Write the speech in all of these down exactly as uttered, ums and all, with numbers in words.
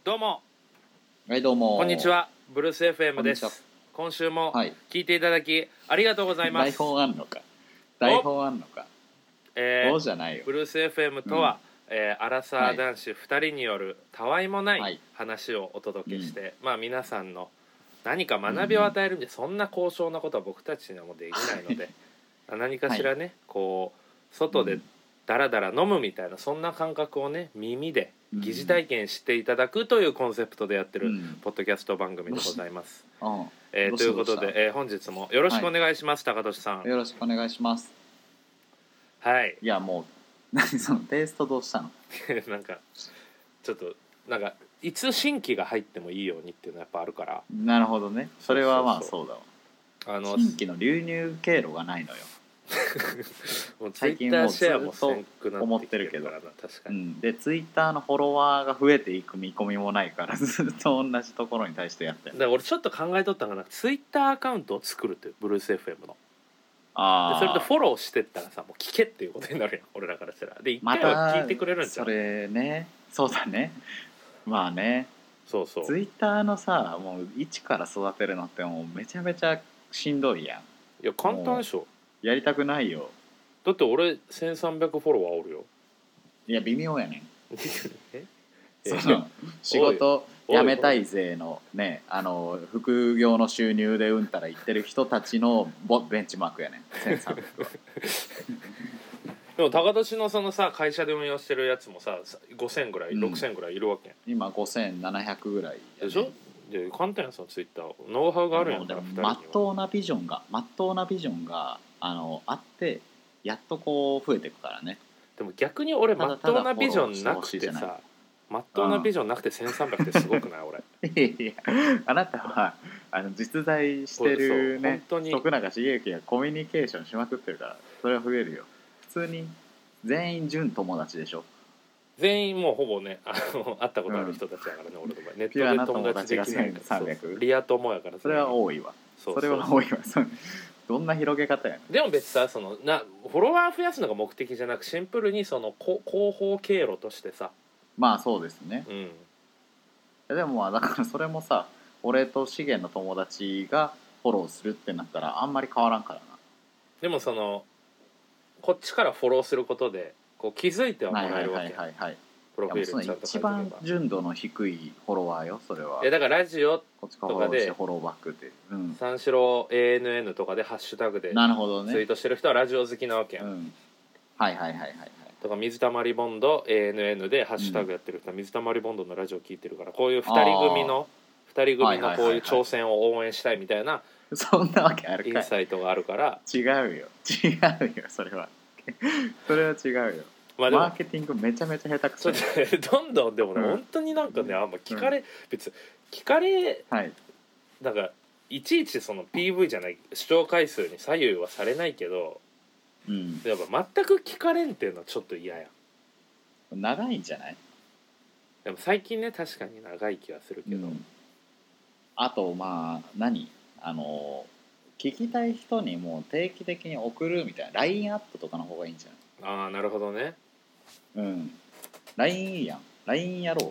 どうもはいどうもこんにちは、ブルース エフエム です。今週も聞いていただきありがとうございます。 台本あんのか台本あんのかえそうじゃないよ。 ブルース エフエム とは、うん、えー、アラサー男子ふたりによるたわいもない話をお届けして、はい、まあ皆さんの何か学びを与えるんで、うん、そんな高尚なことは僕たちにはもうできないので何かしらね、はい、こう外でダラダラ飲むみたいな、そんな感覚をね耳で疑似体験していただくというコンセプトでやってるポッドキャスト番組でございます、うんえー、ということで、えー、本日もよろしくお願いします、はい、高俊さんよろしくお願いします。 はいいやもう何そのテイストどうしたのなんかちょっとなんかいつ新規が入ってもいいようにっていうのはやっぱあるから。 なるほどね、それはまあそうだわ。 あの新規の流入経路がないのよもうツイッターシェアもせんくなってきてるからな。確かに、 うん、でツイッターのフォロワーが増えていく見込みもないからずっと同じところに対してやってる。 だから俺ちょっと考えとったのがツイッターアカウントを作るっていうブルース エフエム のあでそれでフォローしてったらさもう聞けっていうことになるやん俺らからしたら。で一回は聞いてくれるんじゃん、 ま、それね。そうだね。まあね、 そうそうツイッターのさもう一から育てるのってもうめちゃめちゃしんどいやん。 いや簡単でしょ。 やりたくないよ。 だって俺せんさんびゃくフォロワーおるよ。 いや微妙やねんえその仕事辞めたいぜのね、あの副業の収入でうんたら言ってる人たちのベンチマークやねんせんさんびゃくはでも高年のそのさ会社で運用してるやつもさごせんぐらい、うん、ろくせんぐらいいるわけやん。 今ごせんななひゃくぐらいや、ね、 でしょ。で簡単やんそのツイッターノウハウがあるやんからまっとうなビジョンがまっとうなビジョンがあのあってやっとこう増えていくからね。 でも逆に俺まっとうなビジョンなくてさまっとうなビジョンなくてせんさんびゃくってすごくない俺いやいやあなたはあの実在してるね徳永茂之がコミュニケーションしまくってるからそれは増えるよ。普通に全員純友達でしょ。 全員もうほぼねあの会ったことある人たちやからね、うん、俺とかネットで友達できないからさんびゃくリア友やからそれは多いわ。そうそうそれは多いわどんな広げ方やねん。 でも別にさそのなフォロワー増やすのが目的じゃなくシンプルにその広報経路としてさまあそうですね、 うん、 でもだからそれもさ俺と資源の友達がフォローするってなったらあんまり変わらんからな。 でもそのこっちからフォローすることでこう気づいてはもらえるわけや。プロフィールちゃんと書いてれば一番純度の低いフォロワーよそれは。 いやだからラジオとかでフォローバックで、うん、 三四郎 エーエヌエヌ とかでハッシュタグでツイートしてる人はラジオ好きなわけやん、うん、 はいはいはいはいはい。 とか水溜りボンド エーエヌエヌ でハッシュタグやってる人は水溜りボンドのラジオ聞いてるからこういうふたり組のふたり組のこういう挑戦を応援したいみたいなそんなわけあるかい。 インサイトがあるから違うよ違うよそれはそれは違うよ。まあ、マーケティングめちゃめちゃ下手くそどんどんでもね、うん、本当になんかねあんま聞かれ、うん、別聞かれ、はい、なんかいちいちその ピーブイ じゃない視聴回数に左右はされないけど、うん、やっぱ全く聞かれんっていうのはちょっと嫌やん。長いんじゃない。 でも最近ね確かに長い気はするけど、うん、 あとまあ何あの聞きたい人にもう定期的に送るみたいな ライン アップとかの方がいいんじゃない。 ああなるほどね。 うん ライン いいやん ライン やろ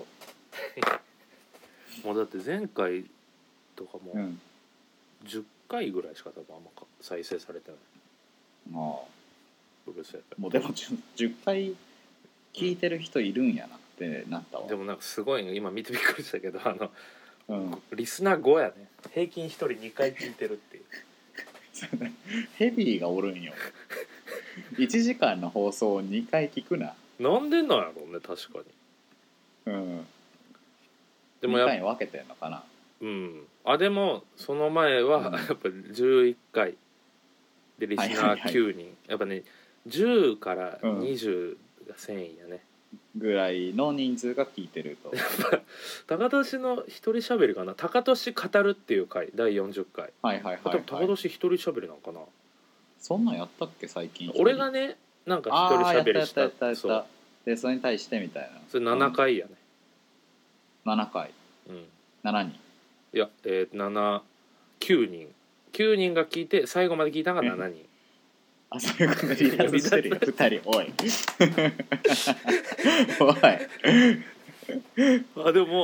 うもうだって前回とかもじゅっかいぐらいしか多分あんま再生されてない。 ああうるせえ。 もうでも 10, じゅっかい聞いてる人いるんやなってなったわ、 うん、でもなんかすごい、ね、今見てびっくりしたけどあの、うん、リスナーごやね平均ひとりにかい聞いてるっていうヘビーがおるんよいちじかんの放送をにかい聞くな。 なんでなんやろうね確かに。うんでもやっぱにかい分けてんのかな。 うんあでもその前は、うん、やっぱじゅういっかいでリスナーきゅうにん、はいはいはい、やっぱねじゅうからにじゅうが繊維やね、 うん、ぐらいの人数が聞いてると。 高年の一人喋りかな高年語るっていう回だいよんじゅっかい。 はいはいはい、はい、 高年一人喋りなんかな。 そんなんやったっけ最近。 俺がねなんか一人喋りした。 やったやったやったやった。でそれに対してみたいな。 それななかいやね、 うん、ななかい、うん、ななにんいやえー、ななきゅうにんきゅうにんが聞いて最後まで聞いたのがしちにんあそういうこと離脱してるよふたりおいおいあでも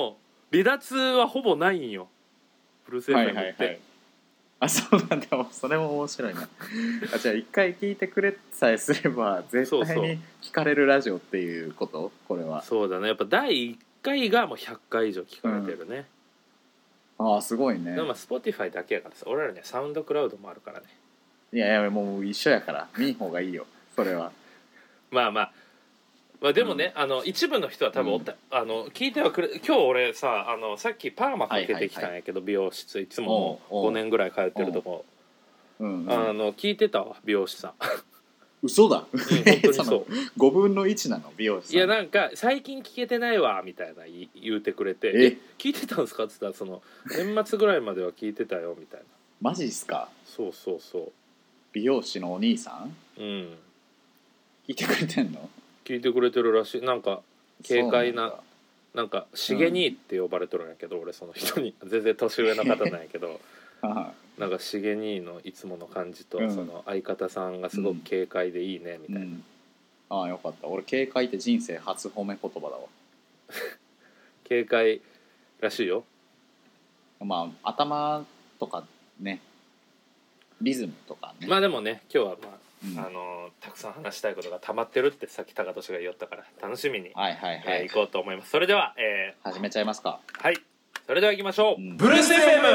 離脱はほぼないんよブルース エフエム って、はいはいはい、 あそうなんだ。それも面白いなあじゃあ一回聞いてくれさえすれば絶対に聞かれるラジオっていうこと？これはそうだね。やっぱだいいっかいがもうひゃっかい以上聞かれてるね、 うん、ああすごいね。 でもまあ Spotify だけやからさ、俺らにはサウンドクラウドもあるからね。 いやいやもう一緒やから見ん方がいいよそれはまあまあまあでもね、うん、あの一部の人は多分おた、うん、あの聞いてはくれ。今日俺さあのさっきパーマかけてきたんやけど、はいはいはい、美容室いつもごねんぐらい通ってるとこ、うんうん、あの聞いてたわ美容師さん嘘だ、 うん、本当にそうごぶんのいちなの美容師さん。 いやなんか最近聞けてないわみたいな言うてくれて、え聞いてたんですかって言ったら、その年末ぐらいまでは聞いてたよみたいな。 マジっすか？ そうそうそう。 美容師のお兄さん、うん、聞いてくれてんの？ 聞いてくれてるらしい。なんか軽快な、なんかしげにって呼ばれとるんやけど、うん、俺その人に全然年上の方なんやけどなんかしげにのいつもの感じと、うん、その相方さんがすごく軽快でいいねみたいな、うんうん、 ああよかった。俺軽快って人生初褒め言葉だわ軽快らしいよ。 まあ頭とかねリズムとかね。 まあでもね今日はまあうん、あのたくさん話したいことが溜まってるってさっき高俊が言ったから楽しみに、はいはいはいえー、行こうと思います。それでは、えー、始めちゃいますか。 はいそれでは行きましょう、うん、 ブルース エフエム。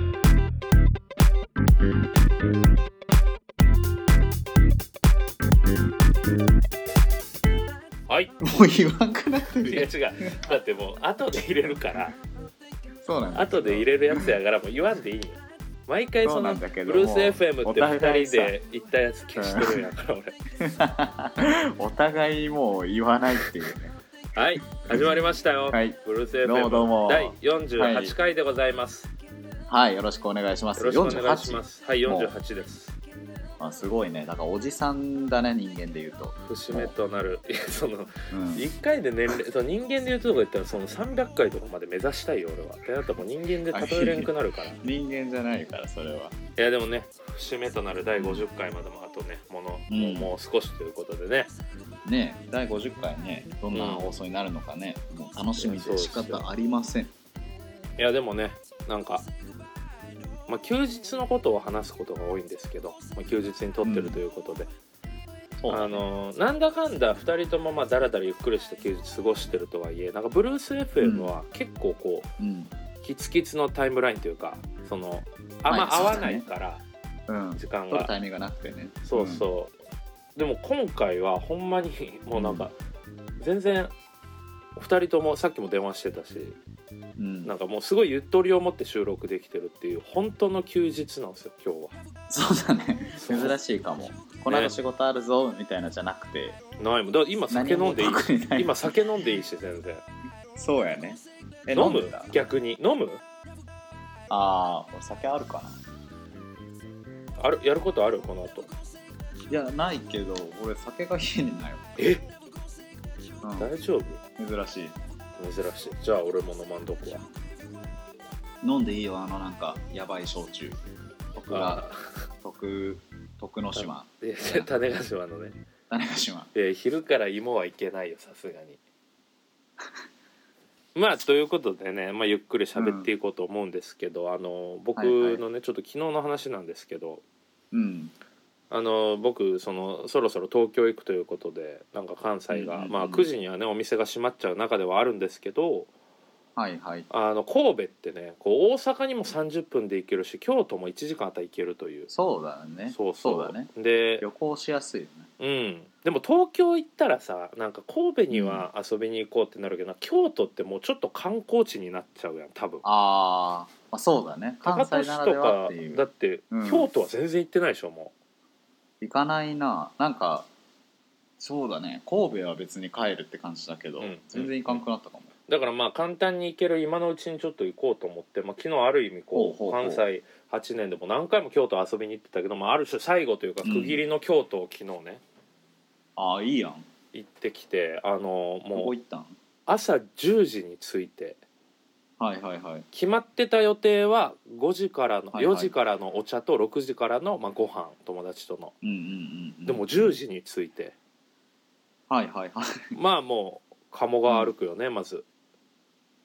はいもう言わんくなってる。 いや違うだってもう後で入れるからそうなんだ後で入れるやつやからもう言わんでいいよ。毎回そのブルース エフエム ってふたりで言ったやつ消してるんやから俺お互いもう言わないっていうね。 はい始まりましたよ、はい、ブルース エフエム だいよんじゅうはちかいでございます。 はい、はい、よろしくお願いします。 よろしくお願いします。はいよんじゅうはちです。 あすごいね。だからおじさんだね人間で言うと。 節目となるいやその、うん、いっかいで年齢その人間で言うとこ言ったらそのさんびゃっかいとかまで目指したいよ俺は。ってなったらもう人間で例えれんくなるから人間じゃないからそれは。 いやでもね節目となるだいごじゅっかいまでもあとねもの、うん、もう少しということでねねだいごじゅっかいねどんな放送になるのかね、うん、もう楽しみで仕方ありません。いやでもねなんかまあ、休日のことを話すことが多いんですけど、まあ、休日に撮ってるということで、うんあのー、なんだかんだふたりともまあだらだらゆっくりした休日過ごしてるとはいえなんかブルース エフエム は結構こう、うん、キツキツのタイムラインというかそのあんま合わないから、はいね、時間が、うん、 撮るタイミングがなくてねそうそう、うん、でも今回はほんまにもうなんか全然ふたりともさっきも電話してたしうん、なんかもうすごいゆとりを持って収録できてるっていう本当の休日なんですよ今日は。 そうだね珍しいかも。この後仕事あるぞみたいなじゃなくて、 ね、ないもんだから今酒飲んでいいし今酒飲んでいいし全然そうやね。 え飲む逆に飲むああお酒あるかなあるやることあるこの後。 いやないけど俺酒が家にないよ。 え、うん、大丈夫珍しい珍しい。じゃあ俺も飲まんどくわ。 飲んでいいよあのなんかやばい焼酎徳が徳徳之島種子島のね種子島え昼から芋はいけないよさすがにまあということでね、まあ、ゆっくり喋っていこうと思うんですけど、うん、あの僕のね、はいはい、ちょっと昨日の話なんですけど、うん、あの僕そのそろそろ東京行くということでなんか関西が、うんうんうん、まあくじにはねお店が閉まっちゃう中ではあるんですけど、はいはい、あの神戸ってねこう大阪にもさんじゅっぷんで行けるし京都もいちじかんあったら行けるという。 そうだね。そうそう、そうだね。で旅行しやすいよね。 うんでも東京行ったらさなんか神戸には遊びに行こうってなるけど、うん、京都ってもうちょっと観光地になっちゃうやん多分。 あ、まあそうだね。関西ならではっていう。 だって、うん、京都は全然行ってないでしょもう。行かないな。なんかそうだね神戸は別に帰るって感じだけど、うん、全然行かんくなったかも。 だからまあ簡単に行ける今のうちにちょっと行こうと思って、まあ、昨日ある意味こう関西はちねんでも何回も京都遊びに行ってたけど、まあ、ある種最後というか区切りの京都を昨日ね、 うん、ああいいやん行ってきてあのもう朝じゅうじに着いて、 はいはいはい、 決まってた予定はごじからの、はいはい、よじからのお茶とろくじからの、まあ、ご飯友達との、うんうんうんうん、でもじゅうじに着いてはいはいはいまあもう鴨川歩くよね、うん、まず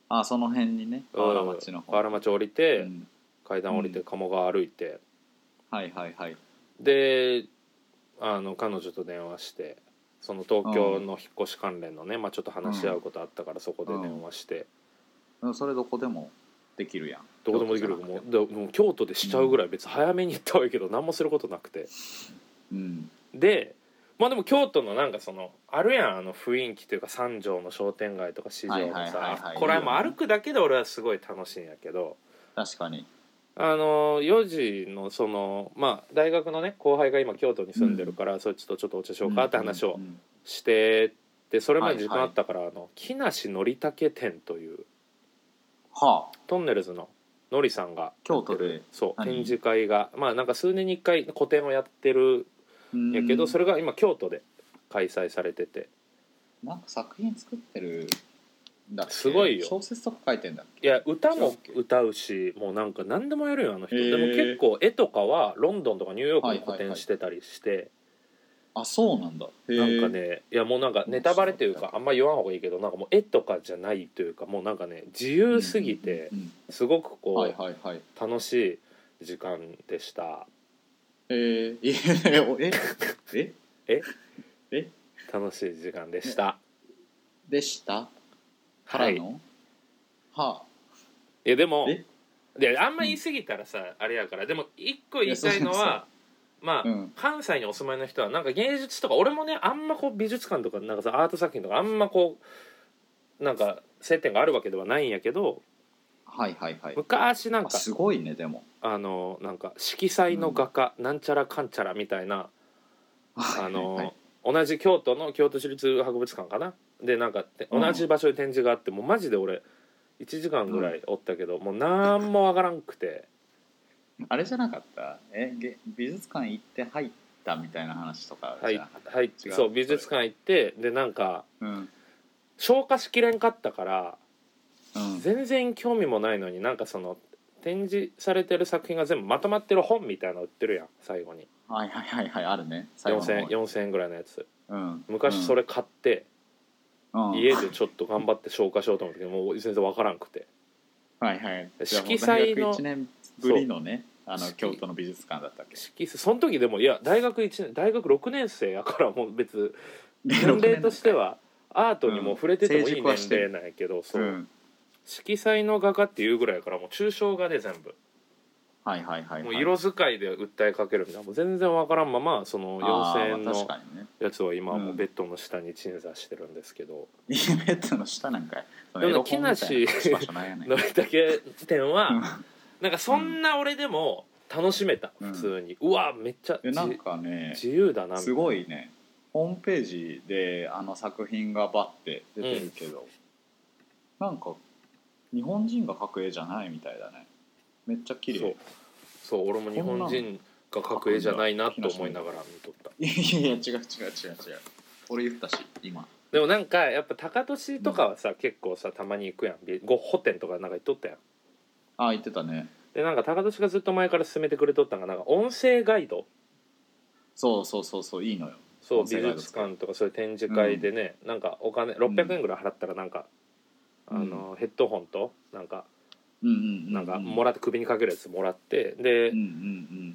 あその辺にね河原町の方河原町降りて、 うん、 階段降りて鴨川歩いて、 うん、はいはいはいであの彼女と電話してその東京の引っ越し関連のね、まあ、ちょっと話し合うことあったからそこで電話して、 うん、それどこでもできるやん。 どこでもできる。もうでもう京都でしちゃうぐらい、別に早めに行ったはいいけど何もすることなくて、 うん、 でまあでも京都のなんかそのあるやん、あの雰囲気というか三条の商店街とか四条のさ、これはもう歩くだけで俺はすごい楽しいんやけど、 確かにあのよじのそのまあ大学のね後輩が今京都に住んでるから、うん、そいつとちょっとお茶しようかって話をしてで、それまで時間あったから、はいはい、あの木梨憲武店という、 はあ、 トンネルズののりさんが京都でそう展示会がまあなんか数年にいっかい個展をやってるんやけど、それが今京都で開催されてて、 なんか作品作ってるんだっけ。 すごいよ。 小説とか書いてんだっけ。 いや歌も歌うし、もうなんか何でもやるよあの人。でも結構絵とかはロンドンとかニューヨークに個展してたりして、はいはいはい、 あそうなんだ。へなんかね、いやもうなんかネタバレというかあんま言わん方がいいけど、なんかもう絵とかじゃないというか、もうなんかね自由すぎてすごくこう、はいはいはい、楽しい時間でした。 えー、ええええ楽しい時間でした。 でしたからの、はい、はあ。 いやでもであんま言い過ぎたらさ、うん、あれやから、でも一個言いたいのはまあ、うん、関西にお住まいの人はなんか芸術とか、俺もねあんまこう美術館とかなんかさアート作品とかあんまこうなんか接点があるわけではないんやけど、 はいはいはい、 昔なんかすごいね。でもあのなんか色彩の画家、うん、なんちゃらかんちゃらみたいな、あの、はいはい、同じ京都の京都市立博物館かなでなんか同じ場所で展示があって、もうマジで俺いちじかんぐらいおったけど、うん、もうなんもわからんくて。 あれじゃなかった？え美術館行って入ったみたいな話とかじゃなかった？ はい、はい、そう美術館行ってでなんか、うん、消化しきれんかったから、うん、全然興味もないのになんかその展示されてる作品が全部まとまってる本みたいなの売ってるやん最後に。 はいはいはいはい、あるね。 よんせん、よんせんえんぐらいのやつ、 うん、 昔それ買って、うん、家でちょっと頑張って消化しようと思ったけどもう全然わからんくて。 はいはい。 色彩のいちねんぶりのねあの京都の美術館だったっけ。 色その時でもいや大学いちねん大学ろくねん生やからもう別年齢としてはアートにも触れててもいい年齢なんやけど、うん、そう、うん、色彩の画家っていうぐらいやからもう抽象画で全部、 はいはいはいはい、 もう色使いで訴えかけるみたいなもう全然わからんままそのよんせんえんのやつは今はもうベッドの下に鎮座してるんですけど、 うん、ベッドの下なんかい。 でも木梨憲武展はなんかそんな俺でも楽しめた、うん、普通にうわめっちゃなんかね自由だなみたいな。 すごいね。ホームページであの作品がバッて出てるけど、うん、なんか日本人が描く絵じゃないみたいだね。めっちゃ綺麗。 そうそう俺も日本人が描く絵じゃないなと思いながら見とった。 いやいや違う違う違う違う俺言ったし今。 でもなんかやっぱ高俊とかはさ、うん、結構さたまに行くやん。ゴッホ展とかなんか行っとったやん。 ああ言ってたね。 でなんか高俊がずっと前から勧めてくれとったのがなんか音声ガイド。 そうそうそうそういいのよ。 そう美術館とかそういう展示会でね、うん、なんかお金ろっぴゃくえんぐらい払ったらなんか、うん、あのヘッドホンとなんか、うんうんうんうん、なんかもらって首にかけるやつもらってで、うんうんうん、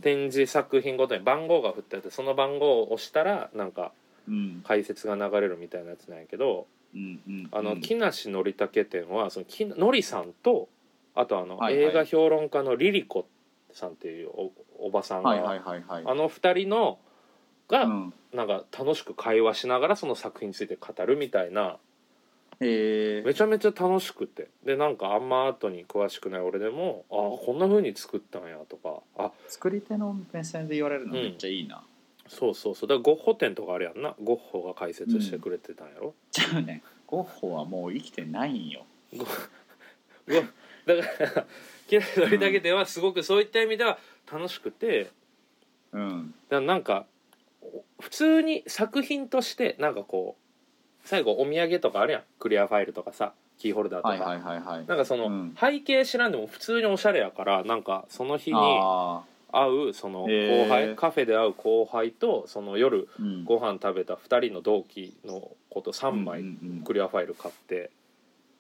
展示作品ごとに番号が振ってあってその番号を押したらなんか解説が流れるみたいなやつなんやけど、うんうんうん、あの木梨憲武展はその木のりさんとあとあの、はいはい、映画評論家のリリコさんっていう お, おばさんが、はいはいはいはい、あのふたりのが、うん、なんか楽しく会話しながらその作品について語るみたいな、 へーめちゃめちゃ楽しくてでなんかあんまアートに詳しくない俺でもあこんな風に作ったんやとかあ作り手の目線で言われるのめっちゃいいな、うん、 そうそうそうだからゴッホ展とかあるやんな。ゴッホが解説してくれてたんやろ。 じゃあねゴッホはもう生きてないんよ。ゴだから木梨憲武展はすごくそういった意味では楽しくて、うん、だからなんか普通に作品としてなんかこう最後お土産とかあるやん。クリアファイルとかさキーホルダーとか、はいはいはいはい、なんかその、うん、背景知らんでも普通におしゃれやからなんかその日に会うその後輩カフェで会う後輩とその夜ご飯食べたふたりの同期のことさんまいクリアファイル買って、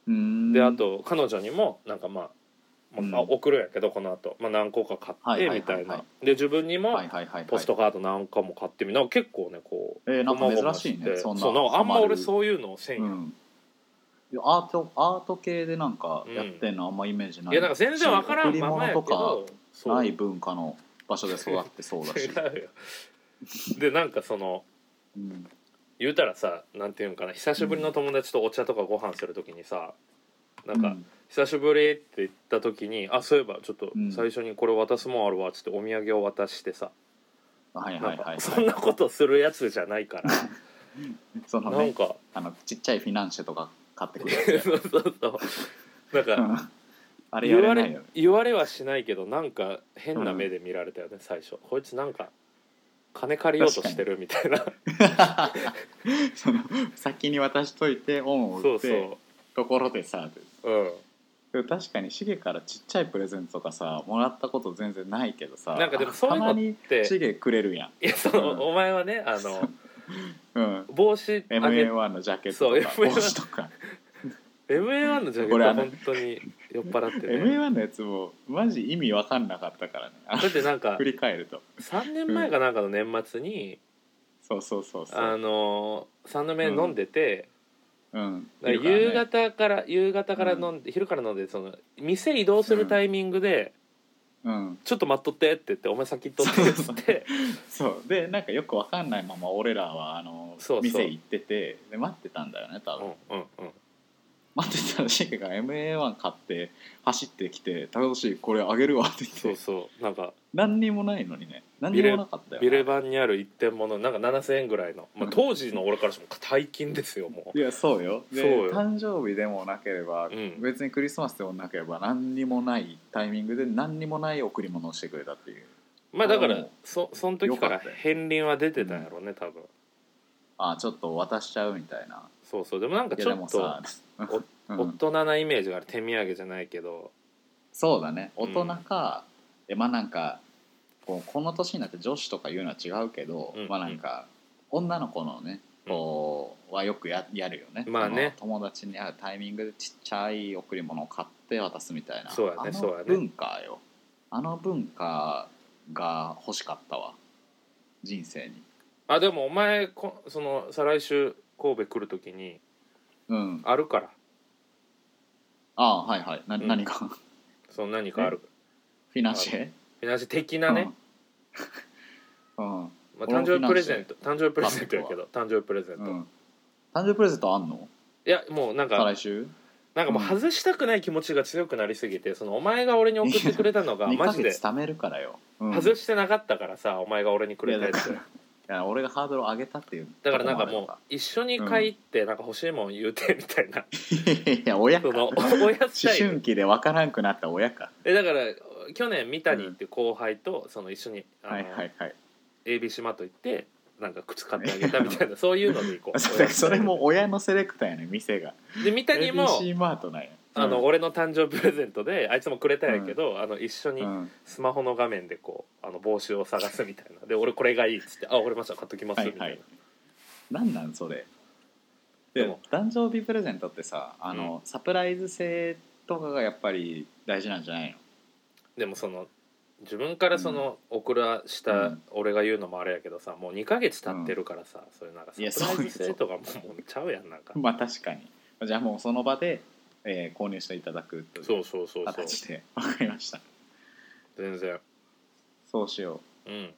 であと彼女にもなんかまあうん、送るんやけどこの後、まあ何個か買ってみたいなで自分にもポストカード何個も買ってみたいな結構ねこうえー、なんか珍しいねそんなそうなんかあんま俺そういうのをせんや、うん、 アートアート系でなんかやってんのあんまイメージない、うん、 いやなんか全然わからんままやけどない文化の場所で育ってそうだしでなんかその、うん、言うたらさなんていうんかな久しぶりの友達とお茶とかご飯するときにさ、うん、なんか、うん久しぶりって言った時にあそういえばちょっと最初にこれ渡すもんあるわっつってお土産を渡してさ、 うん、はいはいはい、はい、 そんなことするやつじゃないからその、ね、なんかあのちっちゃいフィナンシェとか買ってくるやつそうそうそうなんかあれやれないよ、ね、言われ言われはしないけどなんか変な目で見られたよね、うん、最初こいつなんか金借りようとしてるみたいなその先に渡しといて恩を売ってそうそうところでさうん確かにシゲからちっちゃいプレゼントとかさもらったこと全然ないけどさなんかでもそういうのってシゲくれるやんいやその、うん、お前はねあの、うん、帽子エムエーワン のジャケットとか帽子とかエムエーワン のジャケットは本当に酔っ払ってねエムエーワン のやつもマジ意味分かんなかったからねだってなんか振り返るとさんねんまえかなんかの年末に、 うん、そうそうそうそうあの三度目飲んでて、 うん、 だから夕方から夕方から飲んで、うん、昼から飲んでその店移動するタイミングで、うん、ちょっと待っとってって言ってお前先行っとってっつってそうでなんかよく分かんないまま俺らはあのそうそう店行っててで待ってたんだよね多分、うんうんうん、待ってたらシゲが エムエーワン 買って走ってきて高橋これあげるわって言ってそうそうなんか何にもないのにね何にもなかったよビレバンにある一点物なんかななせんえんぐらいの、まあ、当時の俺からしても大金ですよもういやそうよでそうよ誕生日でもなければ、うん、別にクリスマスでもなければ何にもないタイミングで何にもない贈り物をしてくれたっていうまあだからそその時から片鱗は出てたんやろうね、うん、多分あちょっと渡しちゃうみたいなそうそうでもなんかちょっとうん、大人なイメージがある手土産じゃないけどそうだね大人か、うん、えまあなんかこうこの年になって女子とか言うのは違うけど、うん、まあなんか女の子のねこう、うん、はよく や, やるよねまあね友達に会うタイミングでちっちゃい贈り物を買って渡すみたいなそうやね、 あの文化よあの文化が欲しかったわ人生にあでもお前こその再来週神戸来る時に、うん、あるからああはいはいな、うん、何かその何かあるフィナンシェフィナンシェ的なね、うんうんまあ、誕生日プレゼント誕生日プレゼントやけど誕生日プレゼント、うん、 誕生日プレゼントあんのいやもうなんか再来週なんかもう外したくない気持ちが強くなりすぎて、うん、そのお前が俺に送ってくれたのがマジで貯めるからよ、 うん、外してなかったからさお前が俺にくれたやついや俺がハードルを上げたっていうだからなんかもう一緒に帰ってなんか欲しいもん言うてみたいな、 うん、いや親かその親スタイル思春期で分からんくなった親かえだから去年三谷っていう後輩とその一緒にあの、 はいはいはい、 エービー シマート行ってなんか靴買ってあげたみたいなそういうので行こうそれも親のセレクターやね店がで三谷もエービーシー マートなんやあの、うん、俺の誕生日プレゼントであいつもくれたんやけど、うん、あの一緒にスマホの画面でこうあの帽子を探すみたいなで俺これがいいっつってあ俺また買っときますみたいな、はいはい、 なんなんそれでも誕生日プレゼントってさあの、うん、サプライズ性とかがやっぱり大事なんじゃないのでもその自分からその送らした俺が言うのもあれやけどさもうにかげつ経ってるからさ、うん、そういうなんかサプライズ性とかももうちゃうやんなんかまあ確かにじゃあもうその場でえー、購入していただくという形で分かりました全然そうしよううん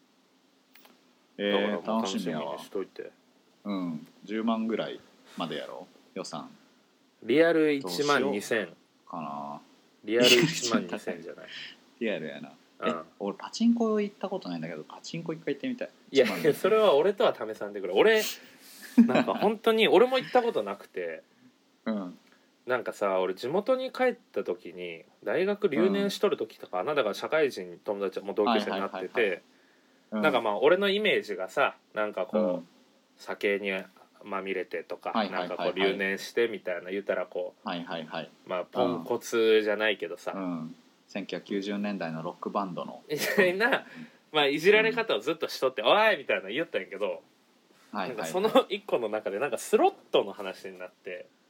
えー、楽しみやわしといてうんじゅうまんぐらいまでやろう予算リアルいちまんにせんかなリアルいちまんにせんじゃないリアルやな、うん、え俺パチンコ行ったことないんだけどパチンコ一回行ってみたいいやそれは俺とは試さんでくれ俺なんか本当に俺も行ったことなくてうんなんかさ俺地元に帰った時に大学留年しとる時とか、うん、だから社会人友達も同級生になっててなんかまあ俺のイメージがさなんかこう、うん、酒にまみれてとか、はいはいはいはい、なんかこう留年してみたいな言ったらこう、 はいはいはい、 まあポンコツじゃないけどさ、 うん、せんきゅうひゃくきゅうじゅうねんだいのロックバンドのみたいな、まあ、いじられ方をずっとしとって「おい!」みたいな言ったんやけど、はいはいはい、なんかその一個の中でなんかスロットの話になって。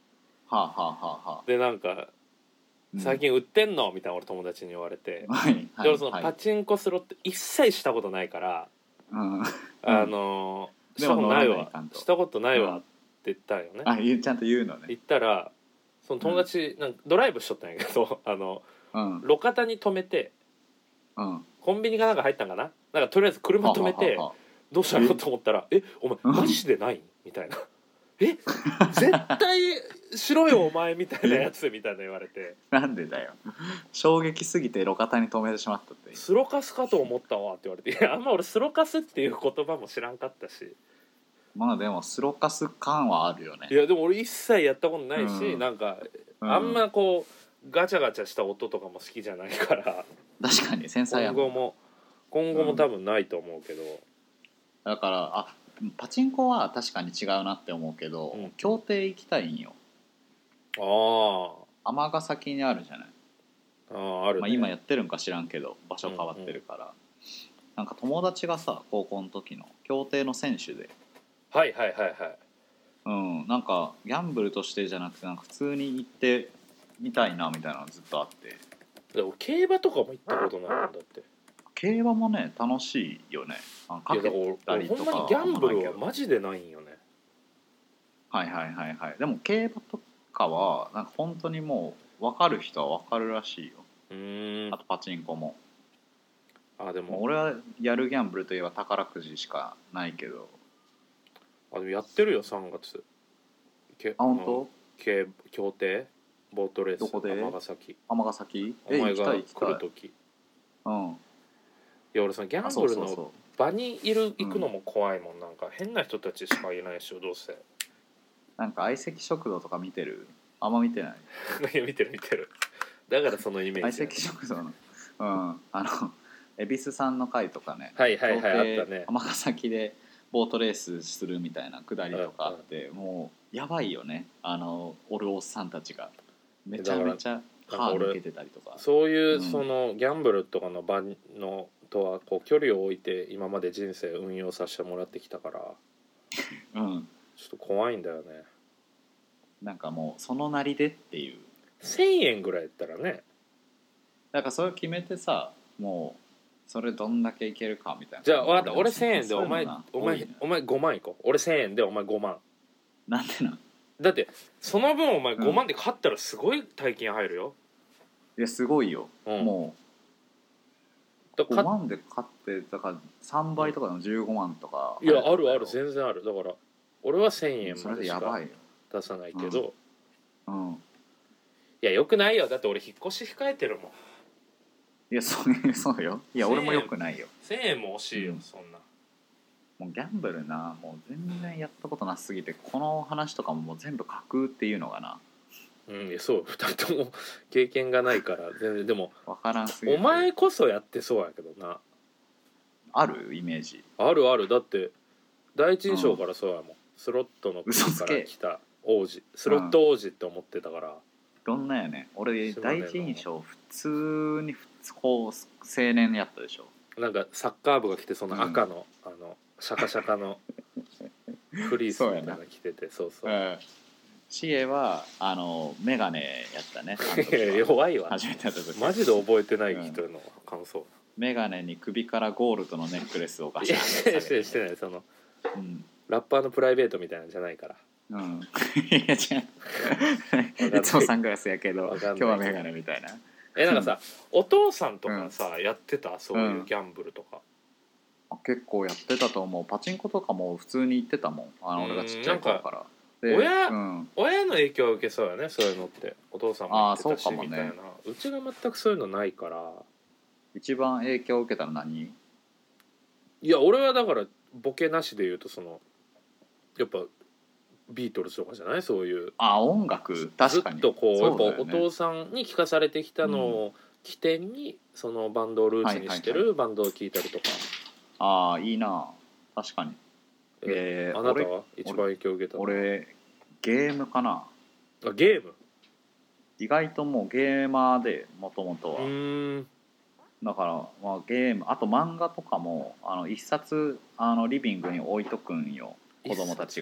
はあはあはあはあ。 でなんか最近売ってんのみたいな俺友達に言われて、 はいはいで俺そのパチンコスロット一切したことないから、 うん、 あのー、したことないわしたことないわって言ったよね。 あ、ちゃんと言うのね。 言ったらその友達なんかドライブしとったんやけどあの、 うん、 路肩に止めて、うん、コンビニかなんか入ったんかな、なんかとりあえず車止めて、ははははどうしたのと思ったら「えお前マジでない?」みたいな「え絶対しろよお前」みたいなやつみたいな言われてなんでだよ、衝撃すぎて路肩に止めてしまったって。 スロカスかと思ったわって言われて、いやあんま俺スロカスっていう言葉も知らんかったし、 まあでもスロカス感はあるよね。 いやでも俺一切やったことないし、うん、なんかあんまこうガチャガチャした音とかも好きじゃないから確かに繊細やもん。 今後も今後も多分ないと思うけど、うん、 だからあパチンコは確かに違うなって思うけど、うん、競艇行きたいんよ。ああ尼崎にあるじゃない。あああるね、まあ、今やってるんか知らんけど場所変わってるから、うんうん、なんか友達がさ高校の時の競艇の選手で、 はいはいはいはい、 うん、なんかギャンブルとしてじゃなくてなんか普通に行ってみたいなみたいなのがずっとあって。 でも競馬とかも行ったことないんだって。 競馬もね楽しいよね。 あかけたりとか。ほんまにギャンブルはマジでないんよね。 はいはいはいはい。でも競馬とかはなんか本当にもう分かる人は分かるらしいよ。うーん、あとパチンコも。あでも俺はやるギャンブルといえば宝くじしかないけど。 あでもやってるよさんがつ。 けあ本当？ 競競艇ボートレース。 どこで？ 尼崎。 尼崎？ お前が来る時。うん。いや俺そのギャンブルの場にいる行くのも怖いもん、うん、なんか変な人たちしかいないでしょどうせ。 なんか相席食堂とか見てる？あんま見てない。 いや見てる見てる。だからそのイメージ。 相席食堂のうんあの恵比寿さんの会とかね。 はいはいはいあったね。 尼崎でボートレースするみたいなくだりとかあって、うんうん、もうやばいよねあのおるおっさんたちがめちゃめちゃ歯抜けてたりとか。 そういう、うん、そのギャンブルとかの場のとはこう距離を置いて今まで人生運用させてもらってきたから、うん、ちょっと怖いんだよね。 なんかもうそのなりでっていうせんえんぐらいやったらね、 だからそれを決めてさもうそれどんだけいけるかみたいな。 じゃあ分かった俺せんえんでお前お前お前ごまんいこう。俺せんえんでお前ごまん。 なんでなんだってその分お前ごまんで勝ったらすごい大金入るよ、 うん、いやすごいよ、うん、もうごまんで買ってだからさんばいとかのじゅうごまんとか、 うん、いやあるある全然ある。だから俺はせんえんまでしか出さないけど、うん、うん、いやよくないよ。だって俺引っ越し控えてるもん。 いやそうそうよ。いや俺もよくないよ。 せんえんも惜しいよ、うん、そんな。 もうギャンブルなもう全然やったことなすぎてこの話とかももう全部架空っていうのがな。 うんいやそうふたりとも経験がないから全然でも分からんすぎて。 お前こそやってそうやけどな。 あるイメージ。 あるある。だって第一印象からそうやもん、うん、スロットの国から来た王子スロット王子って思ってたから、うん、 どんなやねん。俺第一印象普通に普通こう青年やったでしょ。 なんかサッカー部が来てその赤の、うん、あのシャカシャカのフリースみたいなの着ててそうそう、うん、 シエはあのメガネやったね。 弱いわ初めてやった時マジで覚えてない人の感想、うん、 メガネに首からゴールドのネックレスをガシャンして、してしてないその、うん、ラッパーのプライベートみたいなんじゃないから。うん、いや違ういつもサングラスやけど今日はメガネみたいな。 えなんかさお父さんとかさ、うん、やってたそういうギャンブルとか、 うん、結構やってたと思う。パチンコとかも普通に行ってたもんあの俺がちっちゃい頃から。 で親、うん、親の影響を受けそうよねそういうのって。お父さんもやってたしみたいな、ね、うちが全くそういうのないから。 一番影響を受けたの何？ いや俺はだからボケなしで言うとそのやっぱビートルズとかじゃないそういう。 あ音楽確かにずっとこう、やっぱお父さんに聞かされてきたのを起点にそのバンドをルーツにしてるバンドを聴いたりとか。 ああいいな確かに。 えー、あなたは一番影響を受けたの？ 俺ゲームかな。 あゲーム意外ともうゲーマーでもともとは。うーんだから、まあ、ゲームあと漫画とかもあの一冊あのリビングに置いとくんよ子供たちが。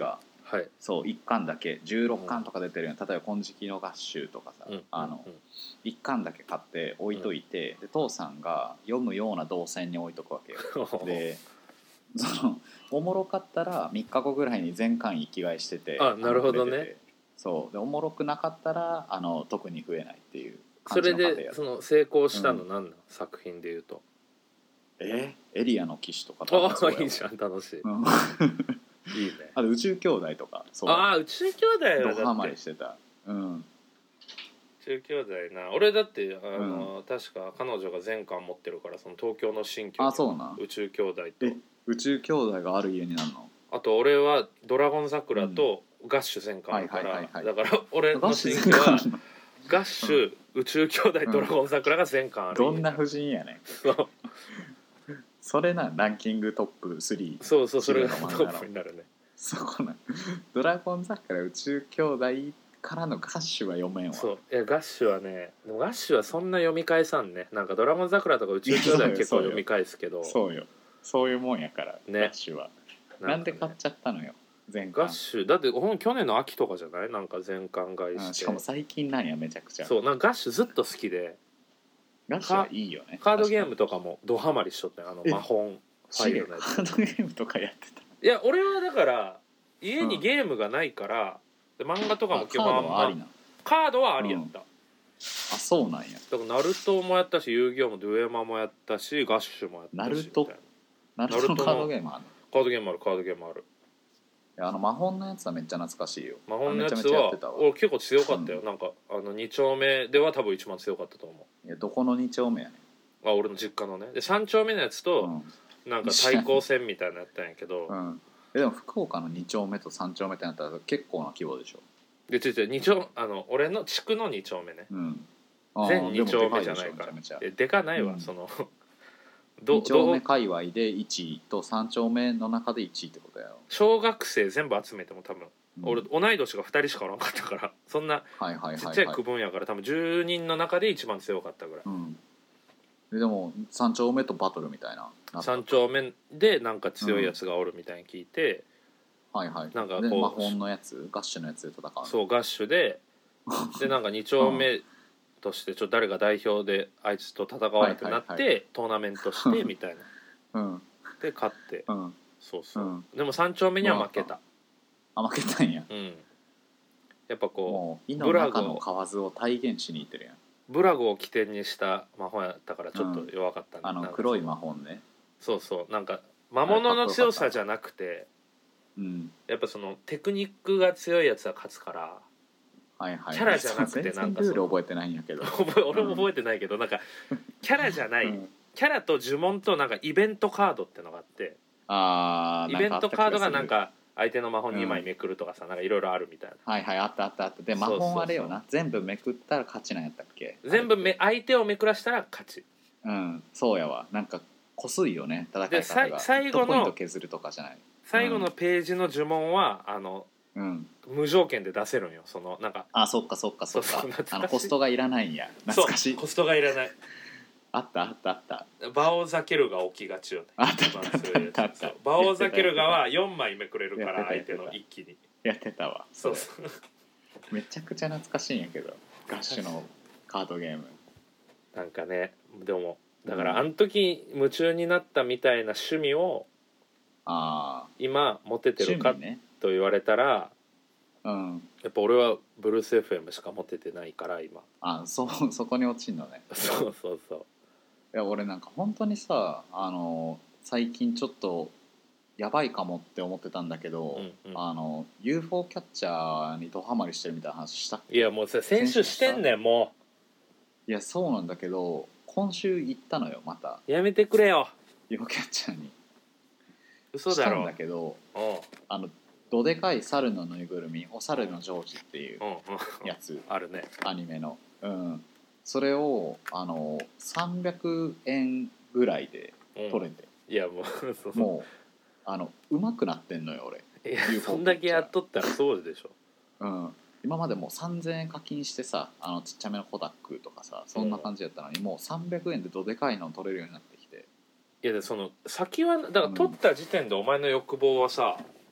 はい、 そういっかんだけじゅうろっかんとか出てるよ、うん、例えば金色の合衆とかさ、うん、あの、うん、いっかんだけ買って置いといて、うん、で父さんが読むような動線に置いとくわけよでそのおもろかったらみっかごぐらいに全巻生きがいしてて、 あ、なるほどね。 そうでおもろくなかったらあの特に増えないっていう感じの過程や。それでその成功したの何なの、うん、作品でいうとえー、エリアの騎士とかああいいじゃん、楽しい、うん、いいね。 あと宇宙兄弟とかそうああ宇宙兄弟はだってドハマりしてた。うん宇宙兄弟な俺だってあの、うん、確か彼女が全巻持ってるからその東京の新居に宇宙兄弟と宇宙兄弟がある家になるの。 あと俺はドラゴン桜とガッシュ全巻あるから、だから俺の新居はガッシュ、うん、宇宙兄弟ドラゴン桜が全巻ある、 どんな夫人やねんそれなランキングトップスリー。 そうそうそれがトップになるね。 そこなドラゴン桜宇宙兄弟からのガッシュは読めんわ。 そういやガッシュはねでもガッシュはそんな読み返さんね。なんかドラゴン桜とか宇宙兄弟は結構読み返すけどそうよそういうもんやから、ね、ガッシュはな, ん、ね、なんで買っちゃったのよ全巻。 ガッシュだってほん去年の秋とかじゃないなんか全巻買いして、うん、 しかも最近なんやめちゃくちゃ。 そうなんかガッシュずっと好きでガッシュはいいよね。 カードゲームとかもドハマりしとったよあの魔本ファイルのやつ。 カードゲームとかやってた。 いや俺はだから家にゲームがないから、うん、で漫画とかも基本あんまカードはありなカードはありやった、うん、あそうなんや。 だからナルトもやったし遊戯王もドゥエマもやったしガッシュもやったしナルトナルトのカードゲームあるの。 カードゲームあるカードゲームある。 いやあの魔法のやつはめっちゃ懐かしいよ。 魔法のやつは俺結構強かったよ、うん、なんかあのに丁目では多分一番強かったと思う。いやどこのに丁目やねん。 あ俺の実家のねでさん丁目のやつと、うん、なんか対抗戦みたいなのやったんやけど、 うん、えでも福岡のに丁目とさん丁目ってなったら結構な規模でしょ。 で違う違うに丁あの俺の地区のに丁目ね、うん、全に丁目じゃないからででかないわ、うん、そのに丁目界隈でいちいとさん丁目の中でいちいってことやろ。 小学生全部集めても多分、うん、俺同い年がふたりしかおらんかったからそんなちっちゃい区分やから多分じゅうにんの中で一番強かったぐらい、うん、 で, でもさん丁目とバトルみたいなさん丁目でなんか強いやつがおるみたいに聞いて、 うん、はいはいなんかこう魔法のやつガッシュのやつで戦う。 そうガッシュででなんかに丁目としてちょっと誰が代表であいつと戦わなくなって、はいはいはい、トーナメントしてみたいな、うん、で勝って、うん、そうそう、うん、でもさん丁目には負けた。 あ負けたんや、うん、 やっぱこうもう胃の中の蛙を体現しにいってるやん。 ブラゴを起点にした魔法やったからちょっと弱かったんだ、 うん、あの黒い魔法ね。 そうそうなんか魔物の強さじゃなくて、うん、やっぱそのテクニックが強いやつは勝つから、 はいはい、 キャラじゃなくてなんかルール覚えてないんやけど俺も覚えてないけど、うん、なんかキャラじゃない、うん、キャラと呪文となんかイベントカードってのがあって、 あイベントカードがなんか相手の魔法にまいめくるとかさ、うん、なんかいろいろあるみたいな。 はいはいあったあったあった。で魔法あれよな、全部めくったら勝ちなんやったっけ。 全部め相手をめくらしたら勝ち。 うんそうやわ。なんかこすいよね戦い方が。 最後のポイント削るとかじゃない。 最後のページの呪文はあの、うん、無条件で出せるんよ。そのなんかあそっかそっかそっかあのコストがいらないんや。懐かしい。 コストがいらないあったあったあった。 バオザケルガ起きがちよね。 あったあったあった。 バオザケルガはよんまいめくれるから相手の一気にやってたわ。 そうそうめちゃくちゃ懐かしいんやけどガッシュのカードゲームなんかね。でもだからあの時夢中になったみたいな趣味をあ今持ててるか、ね、と言われたら、うん、やっぱ俺はブルース エフエム しか持ててないから今。 あそそこに落ちんのね。 そうそうそう。 いや俺なんか本当にさあの最近ちょっとやばいかもって思ってたんだけど、うんうん、あの ユーフォー キャッチャーにドハマりしてるみたいな話したっけ。 いやもうさ先週してんねんもう。いやそうなんだけど今週行ったのよまた。 やめてくれよユーフォー キャッチャーに。 嘘だろ。 したんだけどあのどでかい猿のぬいぐるみお猿のジョージっていうやつ、 あるねアニメの、うん、それをあのさんびゃくえんぐらいで取れて、 うん、いやもうそうもうあの上手くなってんのよ俺。 いやそんだけやっとったらそうでしょ、 うん、今までもうさんぜんえん課金してさあのちっちゃめのコダックとかさそんな感じやったのに、うん、もうさんびゃくえんでどでかいの取れるようになってきて。 いやでその先はだから取った時点でお前の欲望はさ、